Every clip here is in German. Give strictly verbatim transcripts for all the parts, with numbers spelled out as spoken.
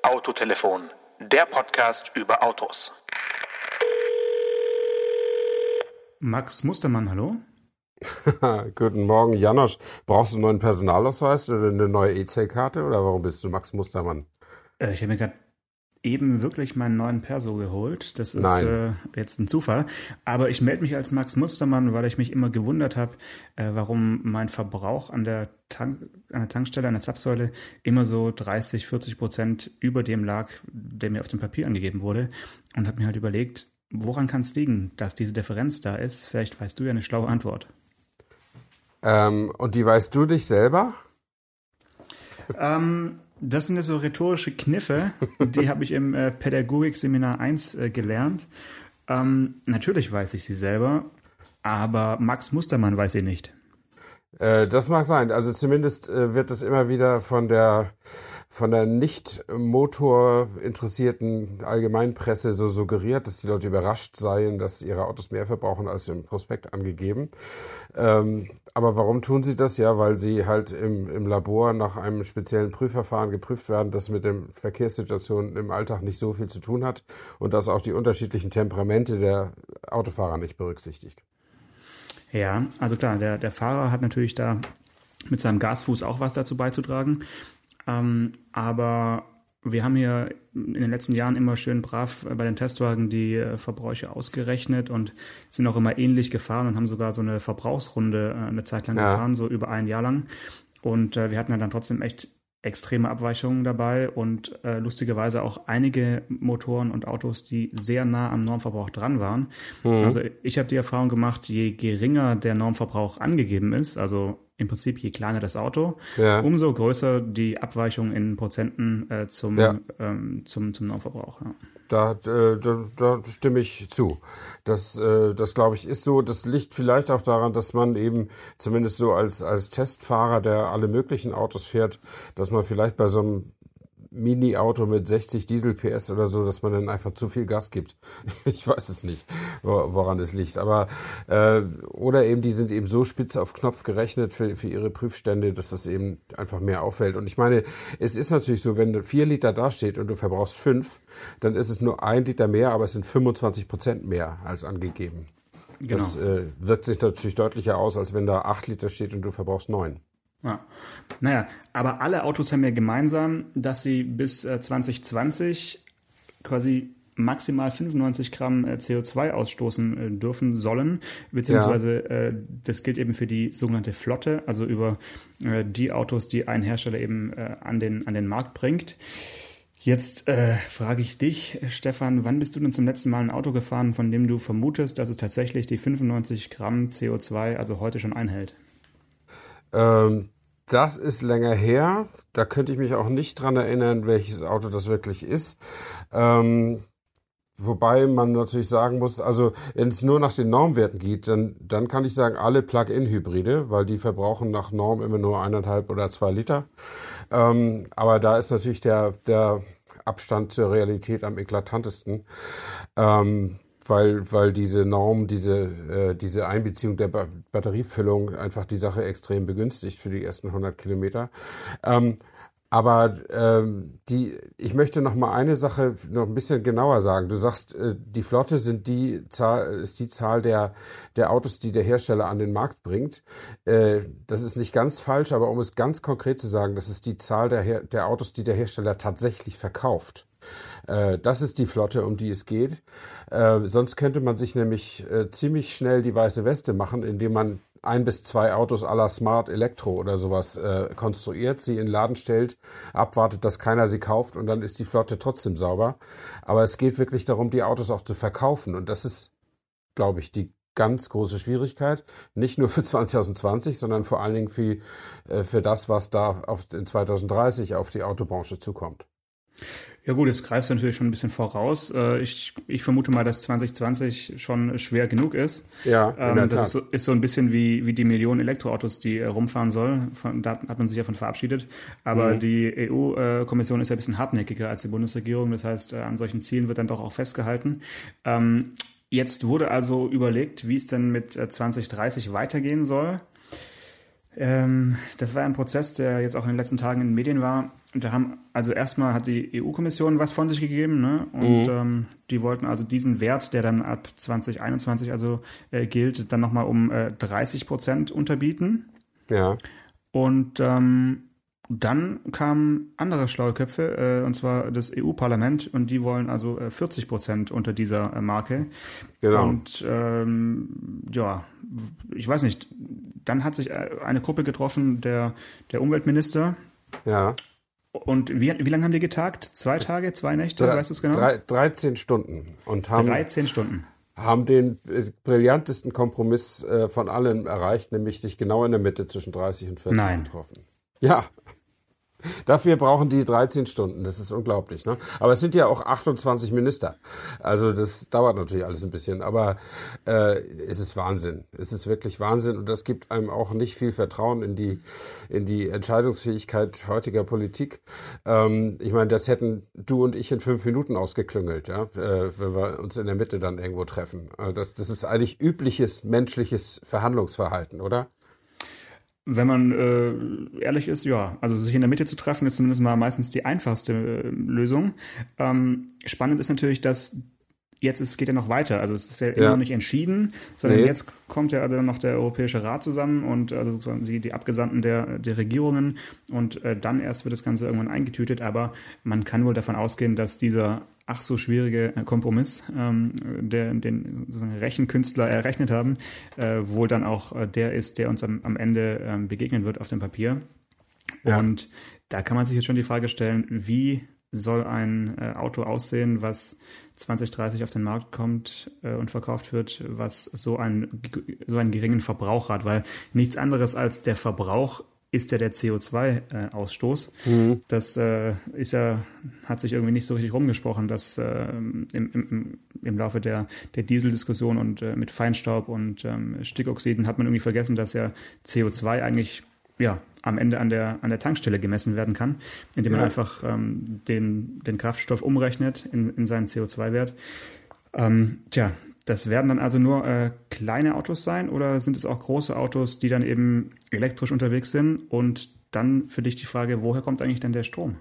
Autotelefon, der Podcast über Autos. Max Mustermann, hallo? Guten Morgen, Janosch. Brauchst du einen neuen Personalausweis oder eine neue E C-Karte oder warum bist du Max Mustermann? Äh, ich habe mir gerade eben wirklich meinen neuen Perso geholt. Das ist Nein. äh, jetzt ein Zufall. Aber ich melde mich als Max Mustermann, weil ich mich immer gewundert habe, äh, warum mein Verbrauch an der, Tank, an der Tankstelle, an der Zapfsäule immer so dreißig, vierzig Prozent über dem lag, der mir auf dem Papier angegeben wurde. Und habe mir halt überlegt, woran kann es liegen, dass diese Differenz da ist? Vielleicht weißt du ja eine schlaue Antwort. Ähm, und die weißt du dich selber? Ähm, das sind ja so rhetorische Kniffe, die habe ich im äh, Pädagogik-Seminar eins äh, gelernt. Ähm, natürlich weiß ich sie selber, aber Max Mustermann weiß sie nicht. Äh, das mag sein. Also zumindest äh, wird das immer wieder von der von der nicht motorinteressierten Allgemeinpresse so suggeriert, dass die Leute überrascht seien, dass ihre Autos mehr verbrauchen als im Prospekt angegeben. Ähm, aber warum tun sie das? Ja, weil sie halt im, im Labor nach einem speziellen Prüfverfahren geprüft werden, das mit den Verkehrssituationen im Alltag nicht so viel zu tun hat und das auch die unterschiedlichen Temperamente der Autofahrer nicht berücksichtigt. Ja, also klar, der, der Fahrer hat natürlich da mit seinem Gasfuß auch was dazu beizutragen. Ähm, aber wir haben hier in den letzten Jahren immer schön brav bei den Testwagen die äh, Verbräuche ausgerechnet und sind auch immer ähnlich gefahren und haben sogar so eine Verbrauchsrunde äh, eine Zeit lang Ja. gefahren, so über ein Jahr lang. Und äh, wir hatten ja dann trotzdem echt extreme Abweichungen dabei und äh, lustigerweise auch einige Motoren und Autos, die sehr nah am Normverbrauch dran waren. Mhm. Also ich habe die Erfahrung gemacht, je geringer der Normverbrauch angegeben ist, also im Prinzip je kleiner das Auto, Ja. umso größer die Abweichung in Prozenten äh, zum, Ja. ähm, zum, zum Normverbrauch. Ja. Da, äh, da, da stimme ich zu. Das, äh, das glaube ich, ist so. Das liegt vielleicht auch daran, dass man eben zumindest so als, als Testfahrer, der alle möglichen Autos fährt, dass man vielleicht bei so einem Mini-Auto mit sechzig Diesel-P S oder so, dass man dann einfach zu viel Gas gibt. Ich weiß es nicht, wo- woran es liegt. Aber äh, oder eben die sind eben so spitz auf Knopf gerechnet für, für ihre Prüfstände, dass das eben einfach mehr auffällt. Und ich meine, es ist natürlich so, wenn vier Liter dasteht und du verbrauchst fünf, dann ist es nur ein Liter mehr, aber es sind fünfundzwanzig Prozent mehr als angegeben. Genau. Das äh, wirkt sich natürlich deutlicher aus, als wenn da acht Liter steht und du verbrauchst neun. Ja. Naja, aber alle Autos haben ja gemeinsam, dass sie bis äh, zwanzig zwanzig quasi maximal fünfundneunzig Gramm äh, C O zwei ausstoßen äh, dürfen sollen, beziehungsweise äh, das gilt eben für die sogenannte Flotte, also über äh, die Autos, die ein Hersteller eben äh, an den, an den Markt bringt. Jetzt äh, frage ich dich, Stefan, wann bist du denn zum letzten Mal ein Auto gefahren, von dem du vermutest, dass es tatsächlich die fünfundneunzig Gramm C O zwei, also heute schon einhält? Ähm, das ist länger her. Da könnte ich mich auch nicht dran erinnern, welches Auto das wirklich ist. Ähm, wobei man natürlich sagen muss, also wenn es nur nach den Normwerten geht, dann, dann kann ich sagen, alle Plug-in-Hybride, weil die verbrauchen nach Norm immer nur eineinhalb oder zwei Liter. Ähm, aber da ist natürlich der, der Abstand zur Realität am eklatantesten. Ähm, weil, weil diese Norm, diese, äh, diese Einbeziehung der ba- Batteriefüllung einfach die Sache extrem begünstigt für die ersten hundert Kilometer. Ähm, aber ähm, die, ich möchte noch mal eine Sache noch ein bisschen genauer sagen. Du sagst, äh, die Flotte sind die Zahl, ist die Zahl der, der Autos, die der Hersteller an den Markt bringt. Äh, das ist nicht ganz falsch, aber um es ganz konkret zu sagen, das ist die Zahl der, Her- der Autos, die der Hersteller tatsächlich verkauft. Äh, Das ist die Flotte, um die es geht. Äh, sonst könnte man sich nämlich äh, ziemlich schnell die weiße Weste machen, indem man ein bis zwei Autos à la Smart Elektro oder sowas äh, konstruiert, sie in den Laden stellt, abwartet, dass keiner sie kauft und dann ist die Flotte trotzdem sauber. Aber es geht wirklich darum, die Autos auch zu verkaufen. Und das ist, glaube ich, die ganz große Schwierigkeit. Nicht nur für zwanzig zwanzig, sondern vor allen Dingen für, äh, für das, was da auf, in zwanzig dreißig auf die Autobranche zukommt. Ja gut, jetzt greifst du natürlich schon ein bisschen voraus. Äh, Ich, ich vermute mal, dass zwanzig zwanzig schon schwer genug ist. Ja, in Ähm, der das Tat. ist so, ist so ein bisschen wie, wie die Millionen Elektroautos, die äh, rumfahren sollen. Von, da hat man sich ja von verabschiedet. Aber Mhm. die E U-Kommission ist ja ein bisschen hartnäckiger als die Bundesregierung. Das heißt, äh, an solchen Zielen wird dann doch auch festgehalten. Ähm, Jetzt wurde also überlegt, wie es denn mit äh, zwanzig dreißig weitergehen soll. Ähm, das war ein Prozess, der jetzt auch in den letzten Tagen in den Medien war. Und da haben, also erstmal hat die E U-Kommission was von sich gegeben, ne? Und mhm. ähm, die wollten also diesen Wert, der dann ab zwanzig einundzwanzig also äh, gilt, dann nochmal um äh, dreißig Prozent unterbieten. Ja. Und ähm, dann kamen andere schlaue Köpfe, äh, und zwar das E U-Parlament, und die wollen also äh, vierzig Prozent unter dieser äh, Marke. Genau. Und ähm, ja, ich weiß nicht, dann hat sich eine Gruppe getroffen, der, der Umweltminister. Ja. Und wie, wie lange haben die getagt? Zwei Tage, zwei Nächte, Dre- weißt du es genau? Drei, dreizehn Stunden. Und haben, dreizehn Stunden. Haben den äh, brillantesten Kompromiss äh, von allen erreicht, nämlich sich genau in der Mitte zwischen dreißig und vierzig Nein. getroffen. Ja, dafür brauchen die dreizehn Stunden, das ist unglaublich, ne? Aber es sind ja auch achtundzwanzig Minister, also das dauert natürlich alles ein bisschen, aber äh, es ist Wahnsinn, es ist wirklich Wahnsinn und das gibt einem auch nicht viel Vertrauen in die, in die Entscheidungsfähigkeit heutiger Politik. Ähm, ich meine, das hätten du und ich in fünf Minuten ausgeklüngelt, ja, äh, wenn wir uns in der Mitte dann irgendwo treffen. Also das, das ist eigentlich übliches menschliches Verhandlungsverhalten, oder? Wenn man äh, ehrlich ist, ja, also sich in der Mitte zu treffen, ist zumindest mal meistens die einfachste äh, Lösung. Ähm, spannend ist natürlich, dass jetzt, es geht ja noch weiter, also es ist ja, ja. immer noch nicht entschieden, sondern nee. Jetzt kommt ja also noch der Europäische Rat zusammen und also sozusagen die, die Abgesandten der, der Regierungen und äh, dann erst wird das Ganze irgendwann eingetütet, aber man kann wohl davon ausgehen, dass dieser ach so schwierige Kompromiss, ähm, der den sozusagen Rechenkünstler errechnet haben, äh, wohl dann auch äh, der ist, der uns am, am Ende ähm, begegnen wird auf dem Papier. Ja. Und da kann man sich jetzt schon die Frage stellen, wie soll ein äh, Auto aussehen, was zwanzig dreißig auf den Markt kommt äh, und verkauft wird, was so, ein, so einen geringen Verbrauch hat, weil nichts anderes als der Verbrauch ist ja der C O zwei Ausstoß. Mhm. Das äh, ist ja, hat sich irgendwie nicht so richtig rumgesprochen, dass äh, im, im, im Laufe der, der Dieseldiskussion und äh, mit Feinstaub und ähm, Stickoxiden hat man irgendwie vergessen, dass ja C O zwei eigentlich ja, am Ende an der, an der Tankstelle gemessen werden kann, indem man ja. einfach ähm, den, den Kraftstoff umrechnet in, in seinen C O zwei Wert. Ähm, tja, das werden dann also nur äh, kleine Autos sein oder sind es auch große Autos, die dann eben elektrisch unterwegs sind? Und dann für dich die Frage, woher kommt eigentlich denn der Strom?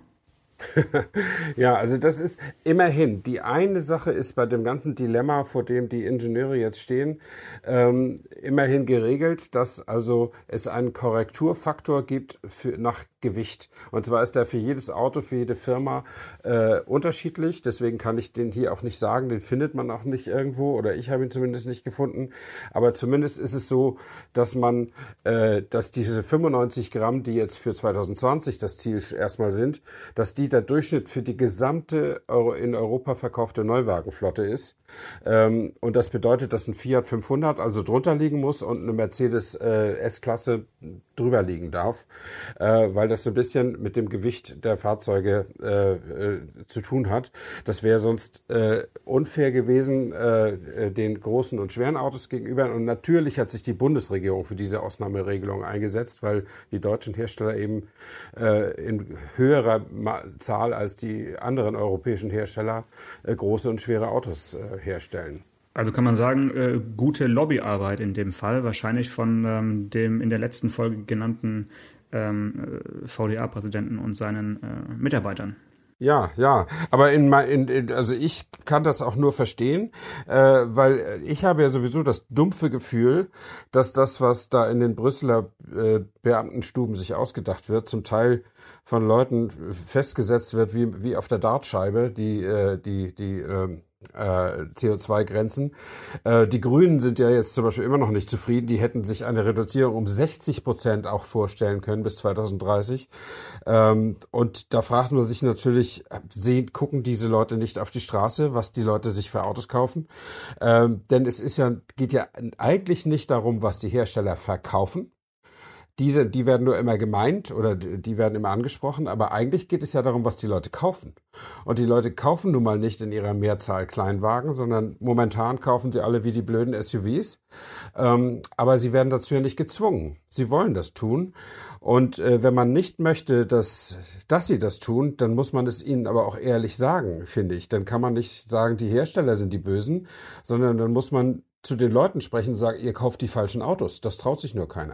Ja, also das ist immerhin, die eine Sache ist bei dem ganzen Dilemma, vor dem die Ingenieure jetzt stehen, ähm, immerhin geregelt, dass also es einen Korrekturfaktor gibt für, nach Gewicht. Und zwar ist der für jedes Auto, für jede Firma äh, unterschiedlich. Deswegen kann ich den hier auch nicht sagen, den findet man auch nicht irgendwo oder ich habe ihn zumindest nicht gefunden. Aber zumindest ist es so, dass man, äh, dass diese fünfundneunzig Gramm, die jetzt für zwanzig zwanzig das Ziel erstmal sind, dass die der Durchschnitt für die gesamte Euro in Europa verkaufte Neuwagenflotte ist. Ähm, und das bedeutet, dass ein Fiat fünfhundert also drunter liegen muss und eine Mercedes äh, S-Klasse drüber liegen darf, äh, weil das so ein bisschen mit dem Gewicht der Fahrzeuge äh, äh, zu tun hat. Das wäre sonst äh, unfair gewesen äh, den großen und schweren Autos gegenüber. Und natürlich hat sich die Bundesregierung für diese Ausnahmeregelung eingesetzt, weil die deutschen Hersteller eben äh, in höherer Ma- Zahl als die anderen europäischen Hersteller äh, große und schwere Autos äh, herstellen. Also kann man sagen, äh, gute Lobbyarbeit in dem Fall, wahrscheinlich von ähm, dem in der letzten Folge genannten ähm, V D A-Präsidenten und seinen äh, Mitarbeitern. Ja, ja, aber in, in, in also ich kann das auch nur verstehen, äh, weil ich habe ja sowieso das dumpfe Gefühl, dass das, was da in den Brüsseler äh, Beamtenstuben sich ausgedacht wird, zum Teil von Leuten festgesetzt wird wie wie auf der Dartscheibe, die äh, die die äh, Äh, C O zwei Grenzen. Äh, die Grünen sind ja jetzt zum Beispiel immer noch nicht zufrieden. Die hätten sich eine Reduzierung um sechzig Prozent auch vorstellen können bis zwanzig dreißig. Ähm, und da fragt man sich natürlich, sehen, gucken diese Leute nicht auf die Straße, was die Leute sich für Autos kaufen? Ähm, denn es ist ja, geht ja eigentlich nicht darum, was die Hersteller verkaufen. Diese, die werden nur immer gemeint oder die werden immer angesprochen, aber eigentlich geht es ja darum, was die Leute kaufen. Und die Leute kaufen nun mal nicht in ihrer Mehrzahl Kleinwagen, sondern momentan kaufen sie alle wie die blöden S U Vs. Ähm, aber sie werden dazu ja nicht gezwungen. Sie wollen das tun. Und äh, wenn man nicht möchte, dass, dass sie das tun, dann muss man es ihnen aber auch ehrlich sagen, finde ich. Dann kann man nicht sagen, die Hersteller sind die Bösen, sondern dann muss man zu den Leuten sprechen und sagen, ihr kauft die falschen Autos. Das traut sich nur keiner.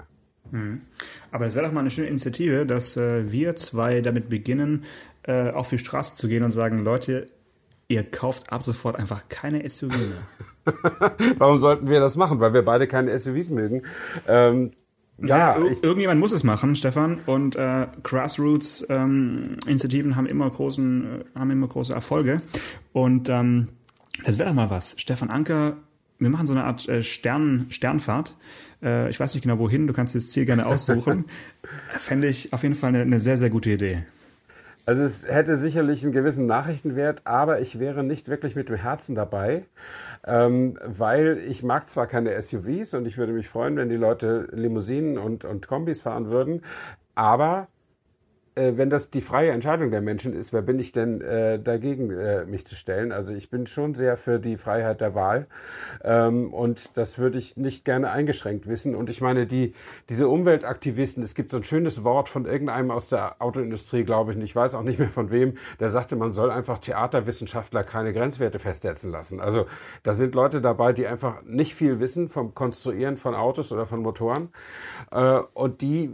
Mhm. Aber es wäre doch mal eine schöne Initiative, dass äh, wir zwei damit beginnen, äh, auf die Straße zu gehen und sagen, Leute, ihr kauft ab sofort einfach keine S U V mehr. Warum sollten wir das machen? Weil wir beide keine S U Vs mögen. Ähm, ja, ja ir- irgendjemand muss es machen, Stefan. Und äh, Grassroots-Initiativen ähm, haben immer großen, äh, haben immer große Erfolge. Und ähm, das wäre doch mal was. Stefan Anker, wir machen so eine Art äh, Stern, Sternfahrt. Äh, ich weiß nicht genau wohin, du kannst das Ziel gerne aussuchen. Fände ich auf jeden Fall eine, eine sehr, sehr gute Idee. Also es hätte sicherlich einen gewissen Nachrichtenwert, aber ich wäre nicht wirklich mit dem Herzen dabei, ähm, weil ich mag zwar keine S U Vs und ich würde mich freuen, wenn die Leute Limousinen und, und Kombis fahren würden, aber äh, wenn das die freie Entscheidung der Menschen ist, wer bin ich denn äh, dagegen, äh, mich zu stellen? Also ich bin schon sehr für die Freiheit der Wahl ähm, und das würde ich nicht gerne eingeschränkt wissen. Und ich meine, die diese Umweltaktivisten, es gibt so ein schönes Wort von irgendeinem aus der Autoindustrie, glaube ich, und ich weiß auch nicht mehr von wem, der sagte, man soll einfach Theaterwissenschaftler keine Grenzwerte festsetzen lassen. Also da sind Leute dabei, die einfach nicht viel wissen vom Konstruieren von Autos oder von Motoren äh, und die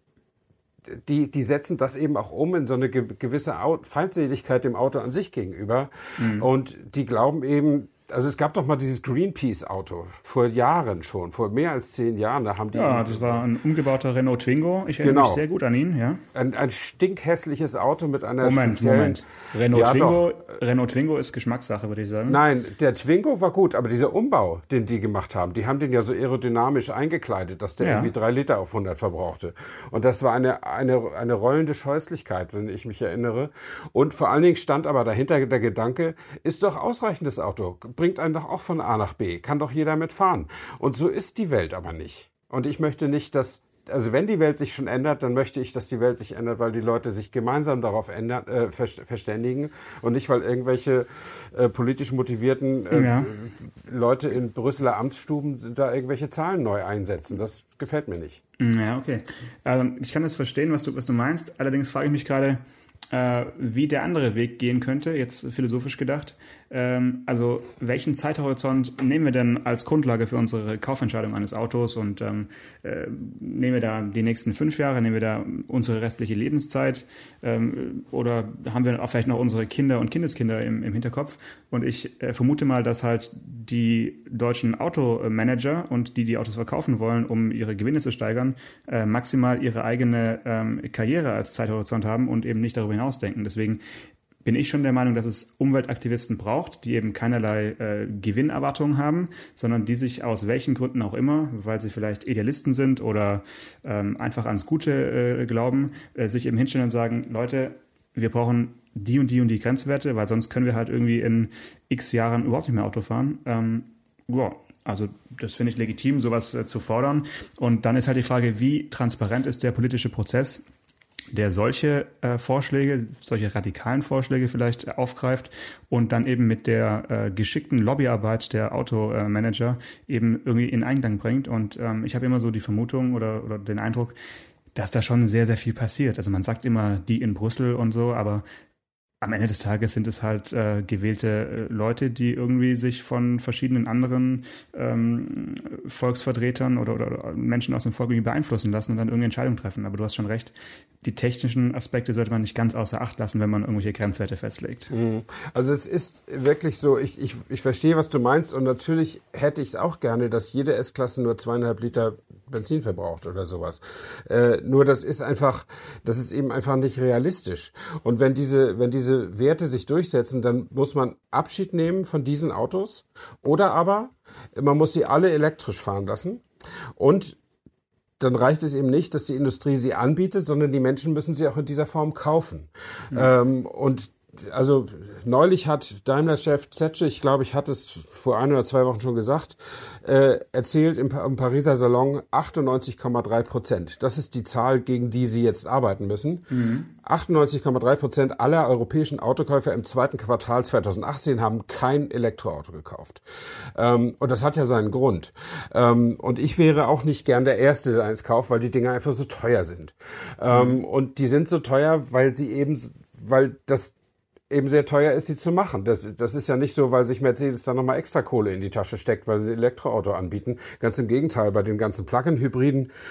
Die, die setzen das eben auch um in so eine gewisse Feindseligkeit dem Auto an sich gegenüber. Mhm. Und die glauben eben, also es gab doch mal dieses Greenpeace-Auto vor Jahren schon, vor mehr als zehn Jahren. Da haben die ja, das war ein umgebauter Renault Twingo. Ich erinnere genau. mich sehr gut an ihn. Ja. Ein, ein stinkhässliches Auto mit einer Moment, speziellen... Moment. Renault, ja, Twingo, Renault Twingo ist Geschmackssache, würde ich sagen. Nein, der Twingo war gut, aber dieser Umbau, den die gemacht haben, die haben den ja so aerodynamisch eingekleidet, dass der ja. irgendwie drei Liter auf hundert verbrauchte. Und das war eine, eine, eine rollende Scheußlichkeit, wenn ich mich erinnere. Und vor allen Dingen stand aber dahinter der Gedanke, ist doch ausreichendes Auto, bringt einen doch auch von A nach B, kann doch jeder mitfahren. Und so ist die Welt aber nicht. Und ich möchte nicht, dass, also wenn die Welt sich schon ändert, dann möchte ich, dass die Welt sich ändert, weil die Leute sich gemeinsam darauf ändern, äh, verständigen und nicht, weil irgendwelche äh, politisch motivierten äh, ja. Leute in Brüsseler Amtsstuben da irgendwelche Zahlen neu einsetzen. Das gefällt mir nicht. Ja, okay. Also ich kann das verstehen, was du, was du meinst. Allerdings frage ich mich gerade, äh, wie der andere Weg gehen könnte, jetzt philosophisch gedacht. Ähm, also welchen Zeithorizont nehmen wir denn als Grundlage für unsere Kaufentscheidung eines Autos und ähm, äh, nehmen wir da die nächsten fünf Jahre, nehmen wir da unsere restliche Lebenszeit ähm, oder haben wir auch vielleicht noch unsere Kinder und Kindeskinder im, im Hinterkopf? Und ich äh, vermute mal, dass halt die deutschen Automanager und die, die Autos verkaufen wollen, um ihre Gewinne zu steigern, äh, maximal ihre eigene ähm, Karriere als Zeithorizont haben und eben nicht darüber hinausdenken. Deswegen bin ich schon der Meinung, dass es Umweltaktivisten braucht, die eben keinerlei äh, Gewinnerwartungen haben, sondern die sich aus welchen Gründen auch immer, weil sie vielleicht Idealisten sind oder ähm, einfach ans Gute äh, glauben, äh, sich eben hinstellen und sagen, Leute, wir brauchen die und die und die Grenzwerte, weil sonst können wir halt irgendwie in x Jahren überhaupt nicht mehr Auto fahren. Ähm, ja, also das finde ich legitim, sowas äh, zu fordern. Und dann ist halt die Frage, wie transparent ist der politische Prozess, der solche äh, Vorschläge, solche radikalen Vorschläge vielleicht äh, aufgreift und dann eben mit der äh, geschickten Lobbyarbeit der Automanager eben irgendwie in Einklang bringt. Und ähm, ich habe immer so die Vermutung oder, oder den Eindruck, dass da schon sehr, sehr viel passiert. Also man sagt immer, die in Brüssel und so, aber am Ende des Tages sind es halt äh, gewählte äh, Leute, die irgendwie sich von verschiedenen anderen ähm, Volksvertretern oder, oder Menschen aus dem Volk irgendwie beeinflussen lassen und dann irgendeine Entscheidung treffen. Aber du hast schon recht, die technischen Aspekte sollte man nicht ganz außer Acht lassen, wenn man irgendwelche Grenzwerte festlegt. Also es ist wirklich so, ich, ich, ich verstehe, was du meinst und natürlich hätte ich es auch gerne, dass jede S-Klasse nur zweieinhalb Liter Benzin verbraucht oder sowas. Äh, nur das ist einfach, das ist eben einfach nicht realistisch. Und wenn diese, wenn diese Werte sich durchsetzen, dann muss man Abschied nehmen von diesen Autos oder aber man muss sie alle elektrisch fahren lassen und dann reicht es eben nicht, dass die Industrie sie anbietet, sondern die Menschen müssen sie auch in dieser Form kaufen. Ja. Ähm, und also neulich hat Daimler-Chef Zetsche, ich glaube, ich hatte es vor ein oder zwei Wochen schon gesagt, äh, erzählt im, im Pariser Salon achtundneunzig Komma drei Prozent. Das ist die Zahl, gegen die sie jetzt arbeiten müssen. Mhm. achtundneunzig Komma drei Prozent aller europäischen Autokäufer im zweiten Quartal zweitausendachtzehn haben kein Elektroauto gekauft. Ähm, und das hat ja seinen Grund. Ähm, und ich wäre auch nicht gern der Erste, der eins kauft, weil die Dinger einfach so teuer sind. Mhm. Ähm, und die sind so teuer, weil sie eben, weil das eben sehr teuer ist, sie zu machen. Das, das ist ja nicht so, weil sich Mercedes da nochmal extra Kohle in die Tasche steckt, weil sie ein Elektroauto anbieten. Ganz im Gegenteil, bei den ganzen Plug-in-Hybriden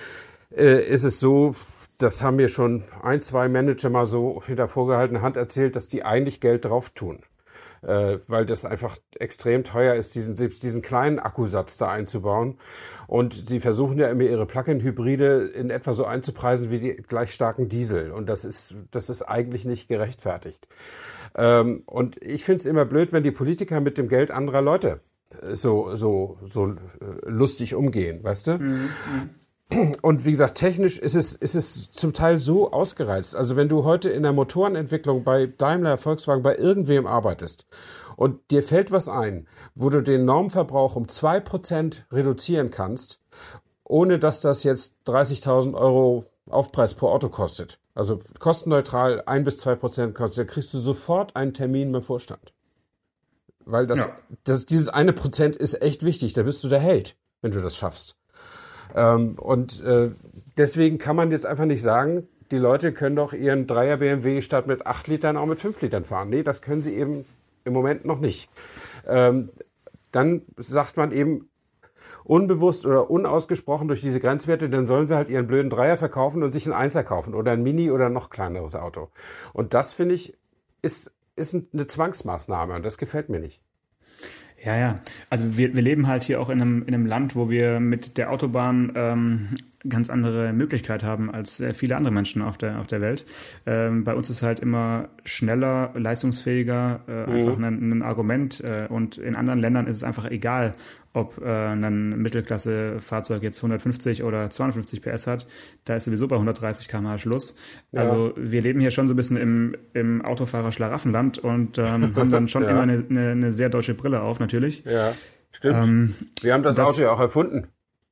äh, ist es so, das haben mir schon ein, zwei Manager mal so hinter vorgehaltener Hand erzählt, dass die eigentlich Geld drauf tun. Äh, weil das einfach extrem teuer ist, diesen, selbst diesen kleinen Akkusatz da einzubauen. Und sie versuchen ja immer ihre Plug-in-Hybride in etwa so einzupreisen wie die gleich starken Diesel. Und das ist, das ist eigentlich nicht gerechtfertigt. Ähm, und ich finde es immer blöd, wenn die Politiker mit dem Geld anderer Leute so, so, so lustig umgehen, weißt du? Mhm. Und wie gesagt, technisch ist es, ist es zum Teil so ausgereizt. Also wenn du heute in der Motorenentwicklung bei Daimler, Volkswagen, bei irgendwem arbeitest und dir fällt was ein, wo du den Normverbrauch um zwei Prozent reduzieren kannst, ohne dass das jetzt dreißigtausend Euro Aufpreis pro Auto kostet, also kostenneutral ein bis zwei Prozent kostet, dann kriegst du sofort einen Termin beim Vorstand. Weil das, ja. das, dieses eine Prozent ist echt wichtig, da bist du der Held, wenn du das schaffst. Ähm, und äh, deswegen kann man jetzt einfach nicht sagen, die Leute können doch ihren Dreier B M W statt mit acht Litern auch mit fünf Litern fahren. Nee, das können sie eben im Moment noch nicht. Ähm, dann sagt man eben unbewusst oder unausgesprochen durch diese Grenzwerte, dann sollen sie halt ihren blöden Dreier verkaufen und sich einen Einser kaufen oder ein Mini oder noch kleineres Auto. Und das, finde ich, ist, ist eine Zwangsmaßnahme und das gefällt mir nicht. Ja, ja. Also wir, wir leben halt hier auch in einem, in einem Land, wo wir mit der Autobahn ähm, ganz andere Möglichkeit haben als äh, viele andere Menschen auf der auf der Welt. Ähm, bei uns ist halt immer schneller, leistungsfähiger äh, mhm. einfach ein, ein Argument. Äh, und in anderen Ländern ist es einfach egal, ob äh, ein Mittelklasse-Fahrzeug jetzt hundertfünfzig oder zweihundertfünfzig P S hat. Da ist sowieso bei hundertdreißig Kilometer pro Stunde Schluss. Ja. Also wir leben hier schon so ein bisschen im, im Autofahrer-Schlaraffenland und ähm, haben dann schon ja. immer eine, eine, eine sehr deutsche Brille auf, natürlich. Ja, stimmt. Ähm, wir haben das, das Auto ja auch erfunden.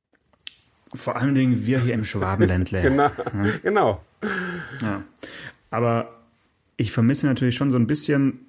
Vor allen Dingen wir hier im Schwabenländle. genau, ja. genau. Ja. Aber ich vermisse natürlich schon so ein bisschen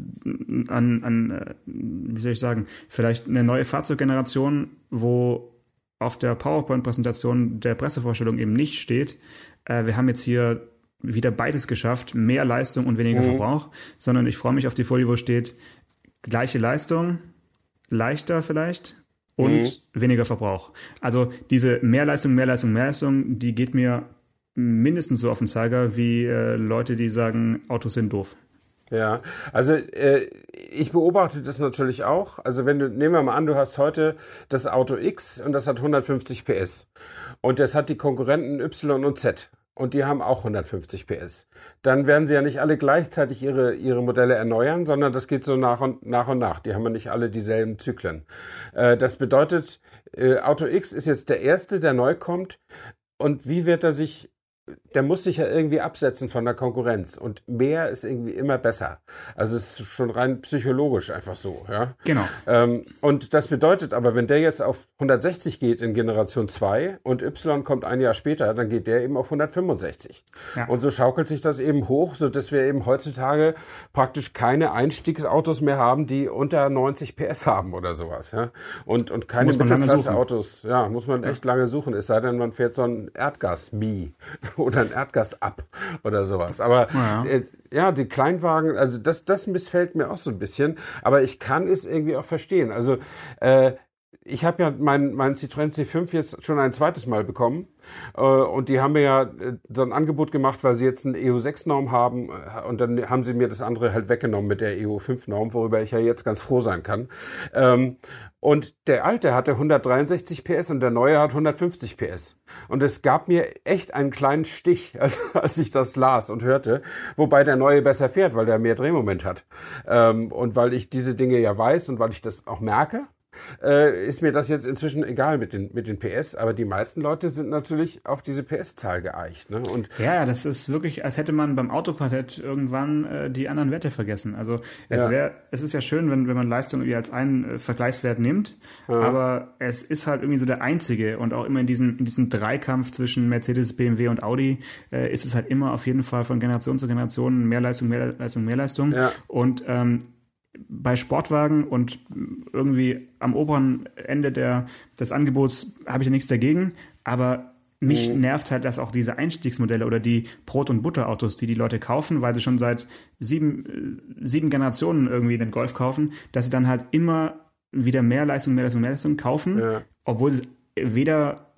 an, an, wie soll ich sagen, vielleicht eine neue Fahrzeuggeneration, wo auf der PowerPoint-Präsentation der Pressevorstellung eben nicht steht, äh, wir haben jetzt hier wieder beides geschafft, mehr Leistung und weniger mhm. Verbrauch, sondern ich freue mich auf die Folie, wo steht, gleiche Leistung, leichter vielleicht, und mhm. weniger Verbrauch. Also diese Mehrleistung, Mehrleistung, Mehrleistung, die geht mir mindestens so auf den Zeiger wie äh, Leute, die sagen, Autos sind doof. Ja, also äh, ich beobachte das natürlich auch. Also wenn du, nehmen wir mal an, du hast heute das Auto X und das hat hundertfünfzig P S und das hat die Konkurrenten Y und Z. Und die haben auch hundertfünfzig P S. Dann werden sie ja nicht alle gleichzeitig ihre, ihre Modelle erneuern, sondern das geht so nach und nach. Und nach. Die haben ja nicht alle dieselben Zyklen. Äh, das bedeutet, äh, Auto X ist jetzt der erste, der neu kommt. Und wie wird er sich, der muss sich ja irgendwie absetzen von der Konkurrenz. Und mehr ist irgendwie immer besser. Also es ist schon rein psychologisch einfach so. Ja? Genau. Ähm, und das bedeutet aber, wenn der jetzt auf hundertsechzig geht in Generation zwei und Y kommt ein Jahr später, dann geht der eben auf hundertfünfundsechzig. Ja. Und so schaukelt sich das eben hoch, sodass wir eben heutzutage praktisch keine Einstiegsautos mehr haben, die unter neunzig P S haben oder sowas. Ja? Und, und keine Mittelklasse-Autos. Ja, muss man echt ja. lange suchen. Es sei denn, man fährt so ein Erdgas-Mi oder ein Erdgas-Up oder sowas. Aber ja. Äh, ja, die Kleinwagen, also das, das missfällt mir auch so ein bisschen. Aber ich kann es irgendwie auch verstehen. Also äh, ich habe ja meinen mein Citroën C fünf jetzt schon ein zweites Mal bekommen. Äh, und die haben mir ja äh, so ein Angebot gemacht, weil sie jetzt eine E U sechs Norm haben. Äh, und dann haben sie mir das andere halt weggenommen mit der E U fünf Norm, worüber ich ja jetzt ganz froh sein kann. Ähm, Und der alte hatte hundertdreiundsechzig P S und der neue hat hundertfünfzig P S. Und es gab mir echt einen kleinen Stich, als, als ich das las und hörte, wobei der neue besser fährt, weil der mehr Drehmoment hat. Ähm, und weil ich diese Dinge ja weiß und weil ich das auch merke, äh, ist mir das jetzt inzwischen egal mit den, mit den P S. Aber die meisten Leute sind natürlich auf diese P S-Zahl geeicht. Ne? Und ja, das ist wirklich, als hätte man beim Autoquartett irgendwann äh, die anderen Werte vergessen. Also es, wär, ja. es ist ja schön, wenn, wenn man Leistung irgendwie als einen äh, Vergleichswert nimmt, ja. aber es ist halt irgendwie so der einzige und auch immer in diesem, in diesem Dreikampf zwischen Mercedes, B M W und Audi äh, ist es halt immer auf jeden Fall von Generation zu Generation mehr Leistung, mehr Leistung, mehr Leistung. Ja. Und ähm, bei Sportwagen und irgendwie am oberen Ende der, des Angebots habe ich ja nichts dagegen, aber mich mhm. nervt halt, dass auch diese Einstiegsmodelle oder die Brot- und Butterautos, die die Leute kaufen, weil sie schon seit sieben, sieben Generationen irgendwie den Golf kaufen, dass sie dann halt immer wieder mehr Leistung, mehr Leistung, mehr Leistung kaufen, ja. obwohl sie weder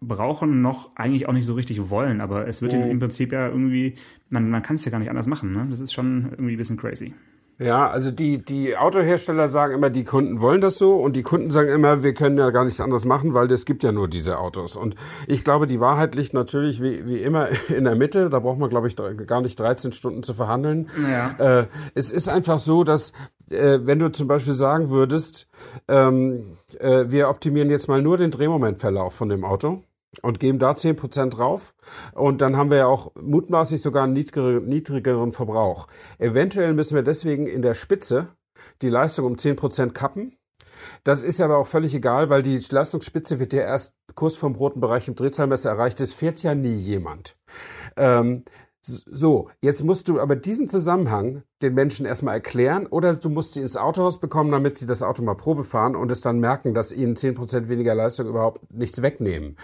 brauchen, noch eigentlich auch nicht so richtig wollen. Aber es wird Mhm. im Prinzip ja irgendwie, man, man kann es ja gar nicht anders machen. Ne? Das ist schon irgendwie ein bisschen crazy. Ja, also die, die Autohersteller sagen immer, die Kunden wollen das so und die Kunden sagen immer, wir können ja gar nichts anderes machen, weil es gibt ja nur diese Autos. Und ich glaube, die Wahrheit liegt natürlich wie, wie immer in der Mitte. Da braucht man, glaube ich, gar nicht dreizehn Stunden zu verhandeln. Ja. Äh, es ist einfach so, dass äh, wenn du zum Beispiel sagen würdest, ähm, äh, wir optimieren jetzt mal nur den Drehmomentverlauf von dem Auto und geben da zehn Prozent drauf. Und dann haben wir ja auch mutmaßlich sogar einen niedrigeren, niedrigeren Verbrauch. Eventuell müssen wir deswegen in der Spitze die Leistung um zehn Prozent kappen. Das ist aber auch völlig egal, weil die Leistungsspitze wird ja erst kurz vom roten Bereich im Drehzahlmesser erreicht. Das fährt ja nie jemand. Ähm, so, jetzt musst du aber diesen Zusammenhang den Menschen erstmal erklären oder du musst sie ins Autohaus bekommen, damit sie das Auto mal Probe fahren und es dann merken, dass ihnen zehn Prozent weniger Leistung überhaupt nichts wegnehmen.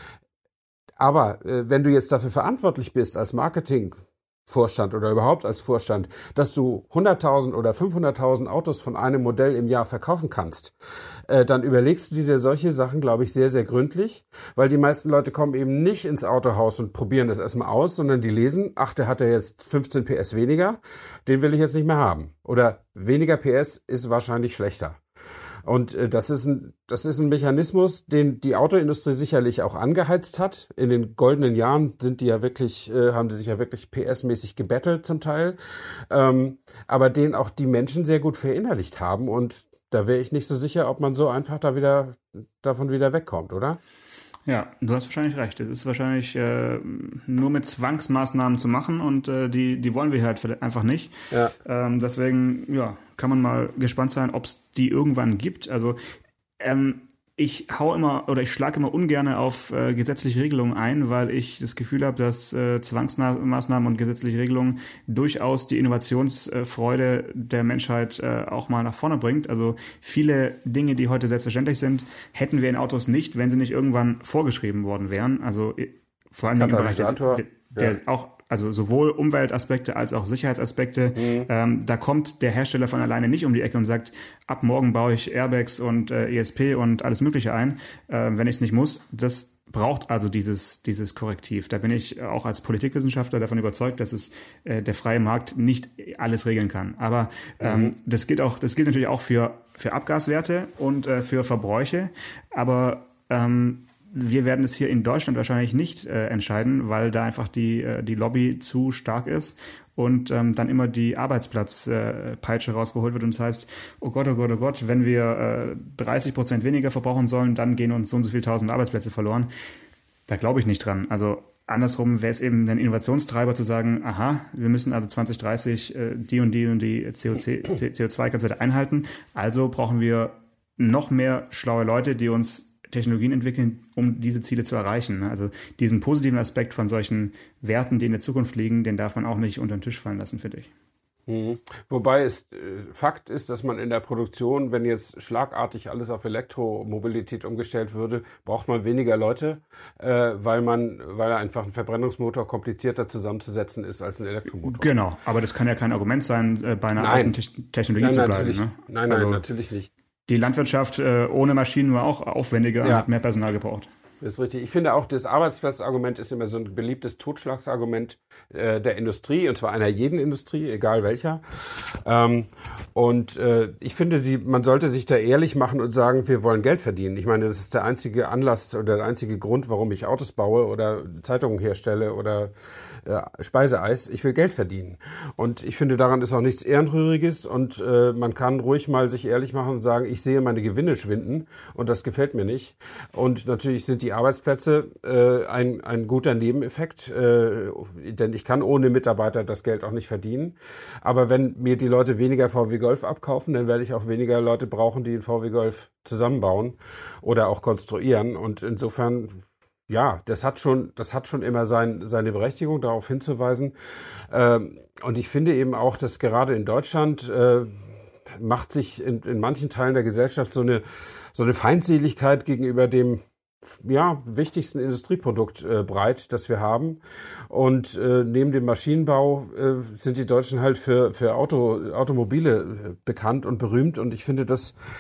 Aber äh, wenn du jetzt dafür verantwortlich bist als Marketingvorstand oder überhaupt als Vorstand, dass du hunderttausend oder fünfhunderttausend Autos von einem Modell im Jahr verkaufen kannst, äh, dann überlegst du dir solche Sachen, glaube ich, sehr, sehr gründlich, weil die meisten Leute kommen eben nicht ins Autohaus und probieren das erstmal aus, sondern die lesen, ach, der hat ja jetzt fünfzehn P S weniger, den will ich jetzt nicht mehr haben. Oder weniger P S ist wahrscheinlich schlechter. Und äh, das ist ein, das ist ein Mechanismus, den die Autoindustrie sicherlich auch angeheizt hat. In den goldenen Jahren sind die ja wirklich, äh, haben die sich ja wirklich P S-mäßig gebettelt zum Teil. Ähm, aber den auch die Menschen sehr gut verinnerlicht haben. Und da wäre ich nicht so sicher, ob man so einfach da wieder, davon wieder wegkommt, oder? Ja, du hast wahrscheinlich recht. Es ist wahrscheinlich äh, nur mit Zwangsmaßnahmen zu machen und äh, die, die wollen wir halt einfach nicht. Ja. Ähm, deswegen, ja, kann man mal gespannt sein, ob es die irgendwann gibt. Also ähm, ich hau immer oder ich schlage immer ungern auf äh, gesetzliche Regelungen ein, weil ich das Gefühl habe, dass äh, Zwangsmaßnahmen und gesetzliche Regelungen durchaus die Innovationsfreude der Menschheit äh, auch mal nach vorne bringt. Also viele Dinge, die heute selbstverständlich sind, hätten wir in Autos nicht, wenn sie nicht irgendwann vorgeschrieben worden wären. Also vor allem im Bereich des, der, der ja. auch also sowohl Umweltaspekte als auch Sicherheitsaspekte. Mhm. Ähm, da kommt der Hersteller von alleine nicht um die Ecke und sagt, ab morgen baue ich Airbags und äh, E S P und alles Mögliche ein, äh, wenn ich es nicht muss. Das braucht also dieses dieses Korrektiv. Da bin ich auch als Politikwissenschaftler davon überzeugt, dass es äh, der freie Markt nicht alles regeln kann. Aber ähm, mhm. das gilt auch, das gilt natürlich auch für für Abgaswerte und äh, für Verbräuche. Aber ähm, wir werden es hier in Deutschland wahrscheinlich nicht äh, entscheiden, weil da einfach die, äh, die Lobby zu stark ist und ähm, dann immer die Arbeitsplatzpeitsche äh, rausgeholt wird und das heißt, oh Gott, oh Gott, oh Gott, wenn wir äh, dreißig Prozent weniger verbrauchen sollen, dann gehen uns so und so viele tausend Arbeitsplätze verloren. Da glaube ich nicht dran. Also andersrum wäre es eben ein Innovationstreiber zu sagen, aha, wir müssen also zwanzig dreißig äh, die und die und die C O zwei Grenzwerte einhalten, also brauchen wir noch mehr schlaue Leute, die uns Technologien entwickeln, um diese Ziele zu erreichen. Also diesen positiven Aspekt von solchen Werten, die in der Zukunft liegen, den darf man auch nicht unter den Tisch fallen lassen, finde ich. Mhm. Wobei es äh, Fakt ist, dass man in der Produktion, wenn jetzt schlagartig alles auf Elektromobilität umgestellt würde, braucht man weniger Leute, äh, weil man, weil einfach ein Verbrennungsmotor komplizierter zusammenzusetzen ist als ein Elektromotor. Genau, aber das kann ja kein Argument sein, äh, bei einer nein. alten Te- Technologie nein, zu bleiben. Natürlich, ne? Nein, nein, also, natürlich nicht. Die Landwirtschaft äh, ohne Maschinen war auch aufwendiger und ja. hat mehr Personal gebraucht. Das ist richtig. Ich finde auch, das Arbeitsplatzargument ist immer so ein beliebtes Totschlagsargument äh, der Industrie, und zwar einer jeden Industrie, egal welcher. Ähm, und äh, ich finde, sie, man sollte sich da ehrlich machen und sagen, wir wollen Geld verdienen. Ich meine, das ist der einzige Anlass oder der einzige Grund, warum ich Autos baue oder Zeitungen herstelle oder äh, Speiseeis. Ich will Geld verdienen. Und ich finde, daran ist auch nichts Ehrenrühriges und äh, man kann ruhig mal sich ehrlich machen und sagen, ich sehe meine Gewinne schwinden und das gefällt mir nicht. Und natürlich sind die Arbeitsplätze äh, ein, ein guter Nebeneffekt, äh, denn ich kann ohne Mitarbeiter das Geld auch nicht verdienen. Aber wenn mir die Leute weniger V W Golf abkaufen, dann werde ich auch weniger Leute brauchen, die den V W Golf zusammenbauen oder auch konstruieren. Und insofern, ja, das hat schon, das hat schon immer sein, seine Berechtigung, darauf hinzuweisen. Ähm, und ich finde eben auch, dass gerade in Deutschland äh, macht sich in, in manchen Teilen der Gesellschaft so eine, so eine Feindseligkeit gegenüber dem ja, wichtigsten Industrieprodukt äh, breit, das wir haben. Und äh, neben dem Maschinenbau äh, sind die Deutschen halt für, für Auto, Automobile äh, bekannt und berühmt. Und ich finde, das,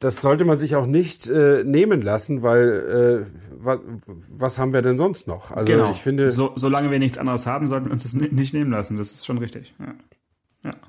das sollte man sich auch nicht äh, nehmen lassen, weil äh, wa, was haben wir denn sonst noch? Also genau. ich finde, so, solange wir nichts anderes haben, sollten wir uns das nicht nehmen lassen. Das ist schon richtig. Ja, ja.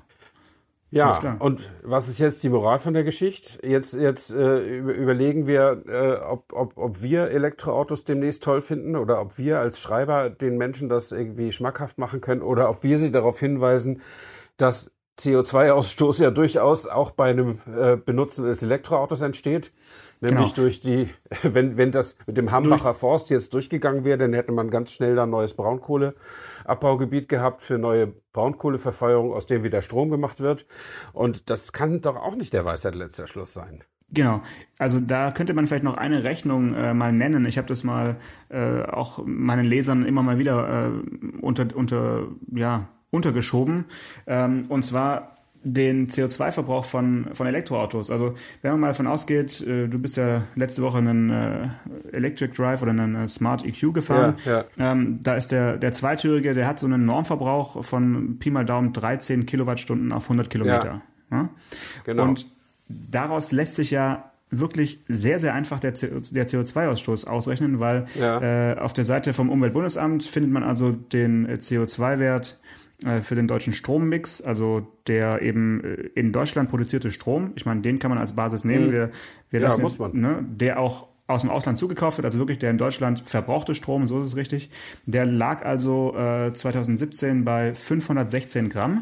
Ja, und was ist jetzt die Moral von der Geschichte? Jetzt, jetzt äh, überlegen wir, äh, ob, ob, ob wir Elektroautos demnächst toll finden oder ob wir als Schreiber den Menschen das irgendwie schmackhaft machen können oder ob wir sie darauf hinweisen, dass C O zwei Ausstoß ja durchaus auch bei einem äh, Benutzen des Elektroautos entsteht. Nämlich genau. durch die, wenn, wenn das mit dem Hambacher durch Forst jetzt durchgegangen wäre, dann hätte man ganz schnell da ein neues Braunkohleabbaugebiet gehabt für neue Braunkohleverfeuerung, aus dem wieder Strom gemacht wird. Und das kann doch auch nicht der Weisheit letzter Schluss sein. Genau, also da könnte man vielleicht noch eine Rechnung äh, mal nennen. Ich habe das mal äh, auch meinen Lesern immer mal wieder äh, unter, unter, ja, untergeschoben. Ähm, und zwar den C O zwei Verbrauch von, von Elektroautos. Also wenn man mal davon ausgeht, äh, du bist ja letzte Woche einen äh, Electric Drive oder einen äh, Smart E Q gefahren. Ja, ja. Ähm, da ist der, der Zweitürige, der hat so einen Normverbrauch von Pi mal Daumen dreizehn Kilowattstunden auf hundert Kilometer. Ja. Ja? Genau. Und daraus lässt sich ja wirklich sehr, sehr einfach der, C- der C O zwei Ausstoß ausrechnen, weil ja. äh, auf der Seite vom Umweltbundesamt findet man also den äh, C O zwei Wert für den deutschen Strommix, also der eben in Deutschland produzierte Strom. Ich meine, den kann man als Basis nehmen. Wir, wir ja, lassen muss jetzt, man. Ne, der auch aus dem Ausland zugekauft wird, also wirklich der in Deutschland verbrauchte Strom, so ist es richtig. Der lag also äh, zwanzig siebzehn bei fünfhundertsechzehn Gramm.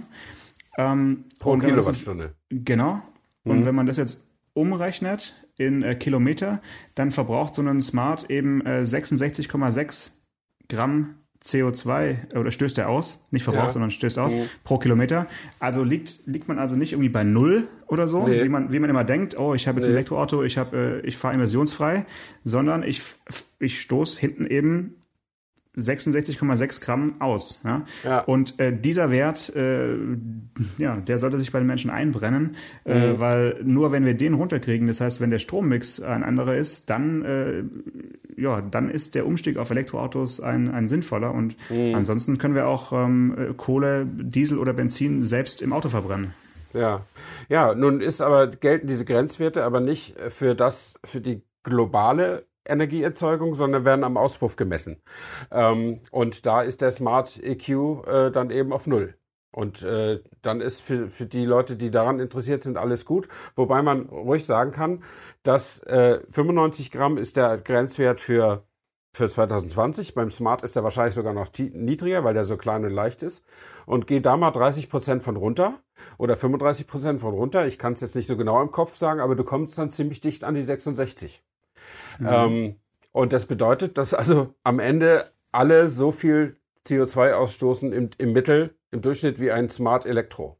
Ähm, Pro Kilowattstunde. Ist, genau. Mhm. Und wenn man das jetzt umrechnet in äh, Kilometer, dann verbraucht so ein Smart eben äh, sechsundsechzig Komma sechs Gramm C O zwei, oder stößt er aus, nicht verbraucht, ja. sondern stößt aus, mhm. pro Kilometer. Also liegt, liegt man also nicht irgendwie bei null oder so, nee. wie man, wie man immer denkt, oh, ich habe jetzt nee. ein Elektroauto, ich habe, äh, ich fahre emissionsfrei, sondern ich, ich stoße hinten eben sechsundsechzig Komma sechs Gramm aus. Ja? Ja. Und äh, dieser Wert, äh, ja, der sollte sich bei den Menschen einbrennen, mhm. äh, weil nur wenn wir den runterkriegen, das heißt, wenn der Strommix ein anderer ist, dann äh, ja, dann ist der Umstieg auf Elektroautos ein, ein sinnvoller und mhm. ansonsten können wir auch ähm, Kohle, Diesel oder Benzin selbst im Auto verbrennen. Ja, ja, nun ist aber, gelten diese Grenzwerte aber nicht für das, für die globale Energieerzeugung, sondern werden am Auspuff gemessen. Ähm, und da ist der Smart E Q äh, dann eben auf Null. Und äh, dann ist für, für die Leute, die daran interessiert sind, alles gut. Wobei man ruhig sagen kann, dass äh, fünfundneunzig Gramm ist der Grenzwert für, für zwanzig zwanzig. Beim Smart ist der wahrscheinlich sogar noch t- niedriger, weil der so klein und leicht ist. Und geht da mal dreißig Prozent von runter oder fünfunddreißig Prozent von runter. Ich kann es jetzt nicht so genau im Kopf sagen, aber du kommst dann ziemlich dicht an die sechsundsechzig. Mhm. Ähm, und das bedeutet, dass also am Ende alle so viel C O zwei ausstoßen im, im Mittel, im Durchschnitt wie ein Smart Elektro.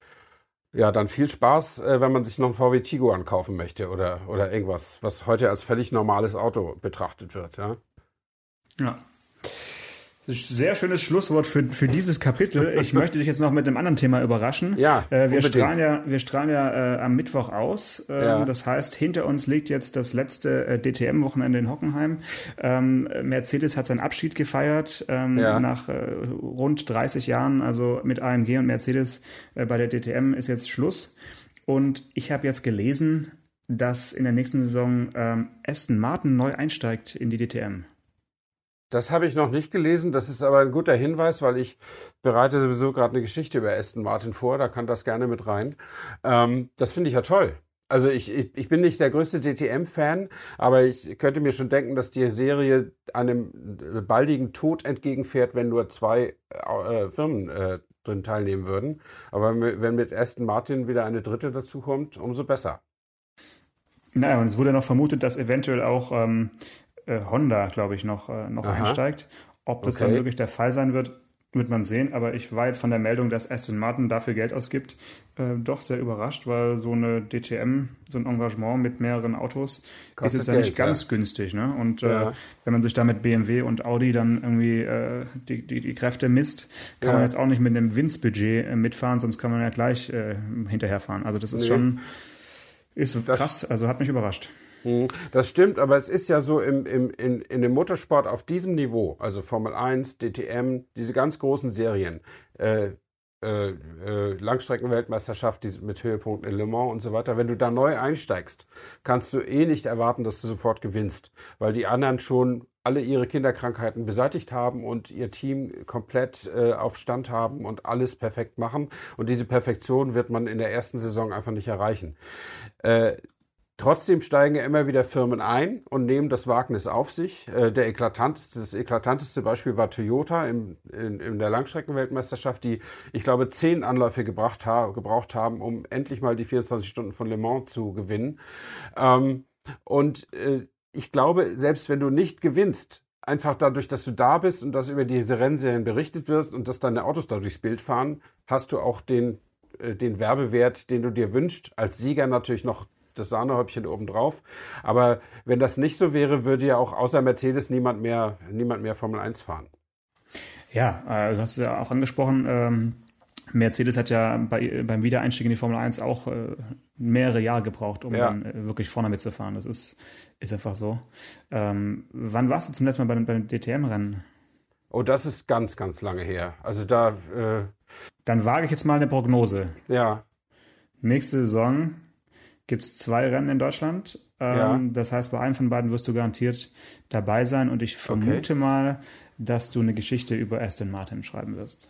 Ja, dann viel Spaß, äh, wenn man sich noch ein V W Tiguan kaufen möchte oder, oder irgendwas, was heute als völlig normales Auto betrachtet wird. Ja. Ja. Das ist ein sehr schönes Schlusswort für, für dieses Kapitel. Ich möchte dich jetzt noch mit einem anderen Thema überraschen. Ja, äh, wir, strahlen ja wir strahlen ja äh, am Mittwoch aus. Ähm, ja. Das heißt, hinter uns liegt jetzt das letzte äh, D T M-Wochenende in Hockenheim. Ähm, Mercedes hat seinen Abschied gefeiert ähm, ja. nach äh, rund dreißig Jahren. Also mit A M G und Mercedes äh, bei der D T M ist jetzt Schluss. Und ich habe jetzt gelesen, dass in der nächsten Saison ähm, Aston Martin neu einsteigt in die D T M. Das habe ich noch nicht gelesen, das ist aber ein guter Hinweis, weil ich bereite sowieso gerade eine Geschichte über Aston Martin vor, da kann das gerne mit rein. Ähm, das finde ich ja toll. Also ich, ich, ich bin nicht der größte D T M-Fan, aber ich könnte mir schon denken, dass die Serie einem baldigen Tod entgegenfährt, wenn nur zwei äh, Firmen äh, drin teilnehmen würden. Aber wenn mit Aston Martin wieder eine dritte dazukommt, umso besser. Naja, und es wurde noch vermutet, dass eventuell auch ähm, Honda, glaube ich, noch, noch einsteigt. Ob das okay. dann wirklich der Fall sein wird, wird man sehen. Aber ich war jetzt von der Meldung, dass Aston Martin dafür Geld ausgibt, äh, doch sehr überrascht, weil so eine D T M, so ein Engagement mit mehreren Autos, Kostet ist jetzt ja nicht ganz ja. günstig. Ne? Und ja. äh, wenn man sich da mit B M W und Audi dann irgendwie äh, die, die, die Kräfte misst, kann ja. man jetzt auch nicht mit einem Winzbudget äh, mitfahren, sonst kann man ja gleich äh, hinterherfahren. Also das ist nee. schon ist das krass, also hat mich überrascht. Das stimmt, aber es ist ja so im, im, in, in dem Motorsport auf diesem Niveau, also Formel eins, D T M, diese ganz großen Serien, äh, äh, äh, Langstreckenweltmeisterschaft die, mit Höhepunkten in Le Mans und so weiter. Wenn du da neu einsteigst, kannst du eh nicht erwarten, dass du sofort gewinnst, weil die anderen schon alle ihre Kinderkrankheiten beseitigt haben und ihr Team komplett äh, auf Stand haben und alles perfekt machen. Und diese Perfektion wird man in der ersten Saison einfach nicht erreichen. Äh, Trotzdem steigen ja immer wieder Firmen ein und nehmen das Wagnis auf sich. Äh, der eklatanteste, das eklatanteste Beispiel war Toyota im, in, in der Langstreckenweltmeisterschaft, die, ich glaube, zehn Anläufe gebracht ha- gebraucht haben, um endlich mal die vierundzwanzig Stunden von Le Mans zu gewinnen. Ähm, und äh, ich glaube, selbst wenn du nicht gewinnst, einfach dadurch, dass du da bist und dass über diese Rennserien berichtet wird und dass deine Autos da durchs Bild fahren, hast du auch den, äh, den Werbewert, den du dir wünschst. Als Sieger natürlich noch das Sahnehäubchen obendrauf. Aber wenn das nicht so wäre, würde ja auch außer Mercedes niemand mehr, niemand mehr Formel eins fahren. Ja, äh, du hast es ja auch angesprochen, ähm, Mercedes hat ja bei, beim Wiedereinstieg in die Formel eins auch äh, mehrere Jahre gebraucht, um ja. dann äh, wirklich vorne mitzufahren. Das ist, ist einfach so. Ähm, wann warst du zum letzten Mal bei, den- bei den D T M-Rennen? Oh, das ist ganz, ganz lange her. Also da, äh, Dann wage ich jetzt mal eine Prognose. ja, Nächste Saison gibt es zwei Rennen in Deutschland. Ähm, Ja. Das heißt, bei einem von beiden wirst du garantiert dabei sein. Und ich vermute mal, dass du eine Geschichte über Aston Martin schreiben wirst.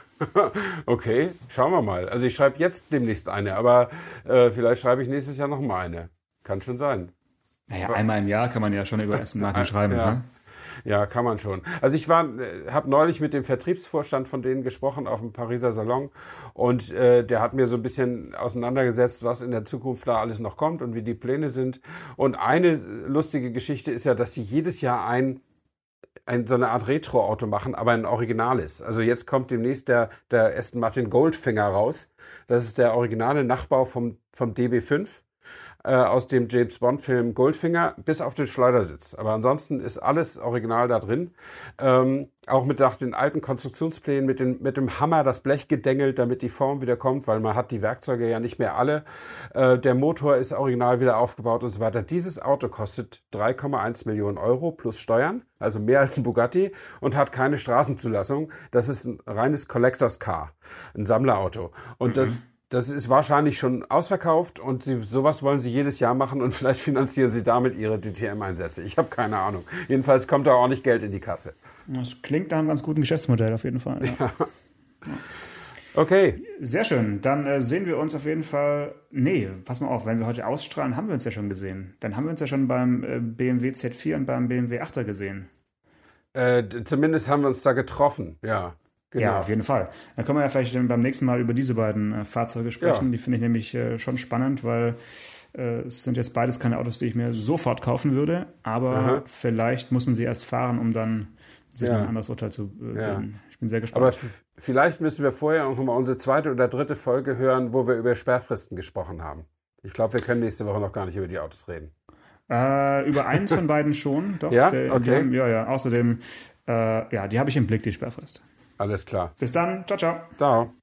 okay, schauen wir mal. Also ich schreibe jetzt demnächst eine, aber äh, vielleicht schreibe ich nächstes Jahr noch mal eine. Kann schon sein. Naja, einmal im Jahr kann man ja schon über Aston Martin schreiben. Ja. Ne? Ja, kann man schon. Also ich war, habe neulich mit dem Vertriebsvorstand von denen gesprochen auf dem Pariser Salon und äh, der hat mir so ein bisschen auseinandergesetzt, was in der Zukunft da alles noch kommt und wie die Pläne sind. Und eine lustige Geschichte ist ja, dass sie jedes Jahr ein, ein so eine Art Retro-Auto machen, aber ein originales. Also jetzt kommt demnächst der, der Aston Martin Goldfinger raus. Das ist der originale Nachbau vom, vom D B fünf. Aus dem James Bond-Film Goldfinger bis auf den Schleudersitz. Aber ansonsten ist alles original da drin. Ähm, auch mit nach den alten Konstruktionsplänen, mit, den, mit dem Hammer das Blech gedengelt, damit die Form wieder kommt, weil man hat die Werkzeuge ja nicht mehr alle. Äh, der Motor ist original wieder aufgebaut und so weiter. Dieses Auto kostet drei Komma eins Millionen Euro plus Steuern, also mehr als ein Bugatti und hat keine Straßenzulassung. Das ist ein reines Collectors Car, ein Sammlerauto. Und mhm. das Das ist wahrscheinlich schon ausverkauft und sie, sowas wollen sie jedes Jahr machen und vielleicht finanzieren sie damit ihre D T M-Einsätze. Ich habe keine Ahnung. Jedenfalls kommt da auch nicht Geld in die Kasse. Das klingt nach einem ganz guten Geschäftsmodell auf jeden Fall. Ja. Ja. Okay. Sehr schön. Dann äh, sehen wir uns auf jeden Fall. Nee, pass mal auf, wenn wir heute ausstrahlen, haben wir uns ja schon gesehen. Dann haben wir uns ja schon beim äh, B M W Z vier und beim B M W achter gesehen. Äh, zumindest haben wir uns da getroffen, ja. Genau. Ja, auf jeden Fall. Dann können wir ja vielleicht beim nächsten Mal über diese beiden äh, Fahrzeuge sprechen. Ja. Die finde ich nämlich äh, schon spannend, weil äh, es sind jetzt beides keine Autos, die ich mir sofort kaufen würde. Aber Aha. vielleicht muss man sie erst fahren, um dann sich ja. ein anderes Urteil zu äh, ja. bilden. Ich bin sehr gespannt. Aber f- vielleicht müssen wir vorher auch nochmal unsere zweite oder dritte Folge hören, wo wir über Sperrfristen gesprochen haben. Ich glaube, wir können nächste Woche noch gar nicht über die Autos reden. Äh, über eins von beiden schon, doch. Ja, der, okay. Die haben, ja, ja. Außerdem, äh, ja, die habe ich im Blick, die Sperrfrist. Alles klar. Bis dann. Ciao, ciao. Ciao.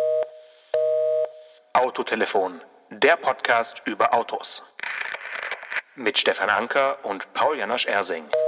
Autotelefon, der Podcast über Autos. Mit Stefan Anker und Paul Janosch Ersing.